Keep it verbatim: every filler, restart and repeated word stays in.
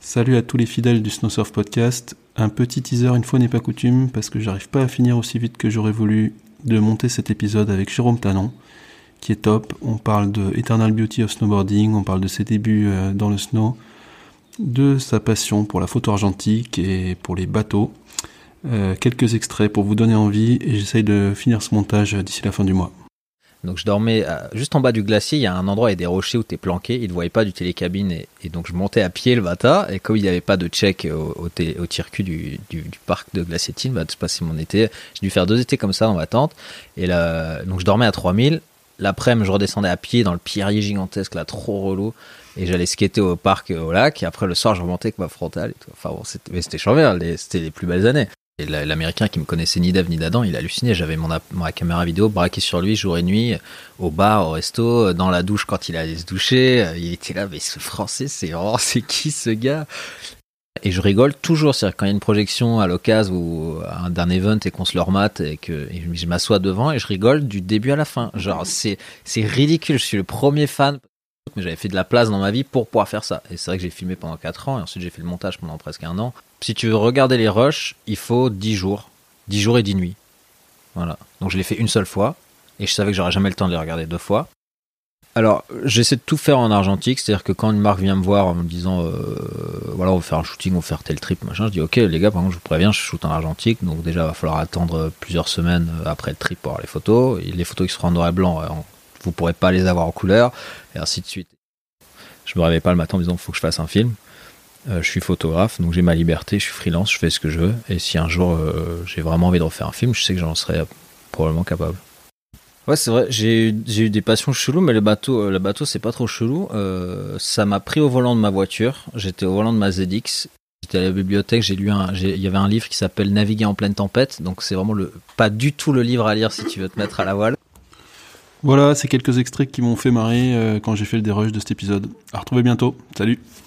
Salut à tous les fidèles du Snowsurf Podcast. Un petit teaser une fois n'est pas coutume parce que j'arrive pas à finir aussi vite que j'aurais voulu de monter cet épisode avec Jérôme Tanon qui est top. On parle de Eternal Beauty of Snowboarding, on parle de ses débuts dans le snow, de sa passion pour la photo argentique et pour les bateaux. Euh, quelques extraits pour vous donner envie et j'essaye de finir ce montage d'ici la fin du mois. Donc je dormais euh, juste en bas du glacier, il y a un endroit avec des rochers où t'es planqué, ils ne voyaient pas du télécabine et, et donc je montais à pied le matin et comme il n'y avait pas de check au, au, télé, au tir-cul du, du, du parc de Glacier-Tine, bah, c'est passé mon été, j'ai dû faire deux étés comme ça dans ma tente et là, donc je dormais à trois mille, l'après-midi je redescendais à pied dans le pierrier gigantesque là, trop relou et j'allais skater au parc au lac et après le soir je remontais avec ma frontale et tout. Enfin bon, c'était, mais c'était charmant, les, c'était les plus belles années. Et l'américain qui me connaissait ni d'Ève ni d'Adam, il hallucinait. J'avais mon ma caméra vidéo braquée sur lui jour et nuit, au bar, au resto, dans la douche quand il allait se doucher. Il était là, mais ce français, c'est vraiment, c'est qui ce gars? Et je rigole toujours, c'est-à-dire quand il y a une projection à l'occasion ou d'un event et qu'on se le remate et que et je m'assois devant et je rigole du début à la fin. Genre, c'est, c'est ridicule. Je suis le premier fan. Mais j'avais fait de la place dans ma vie pour pouvoir faire ça. Et c'est vrai que j'ai filmé pendant quatre ans et ensuite j'ai fait le montage pendant presque un an. Si tu veux regarder les rushs, il faut dix jours. dix jours et dix nuits. Voilà. Donc je l'ai fait une seule fois et je savais que j'aurais jamais le temps de les regarder deux fois. Alors, j'essaie de tout faire en argentique, c'est-à-dire que quand une marque vient me voir en me disant euh, voilà, on va faire un shooting, on va faire tel trip, machin, je dis ok les gars, par contre je vous préviens, je shoot en argentique, donc déjà il va falloir attendre plusieurs semaines après le trip pour avoir les photos. Et les photos qui seront en noir et blanc, en vous pourrez pas les avoir en couleur, et ainsi de suite. Je me réveille pas le matin en me disant faut que je fasse un film. Euh, je suis photographe, donc j'ai ma liberté, je suis freelance, je fais ce que je veux. Et si un jour euh, j'ai vraiment envie de refaire un film, je sais que j'en serai probablement capable. Ouais, c'est vrai, j'ai, j'ai eu des passions cheloues, mais le bateau, euh, le bateau c'est pas trop chelou. Euh, ça m'a pris au volant de ma voiture. J'étais au volant de ma Z X. J'étais à la bibliothèque, j'ai lu un, j'ai, il y avait un livre qui s'appelle Naviguer en pleine tempête. Donc c'est vraiment le, pas du tout le livre à lire si tu veux te mettre à la voile. Voilà, c'est quelques extraits qui m'ont fait marrer euh, quand j'ai fait le dérush de cet épisode. À retrouver bientôt. Salut!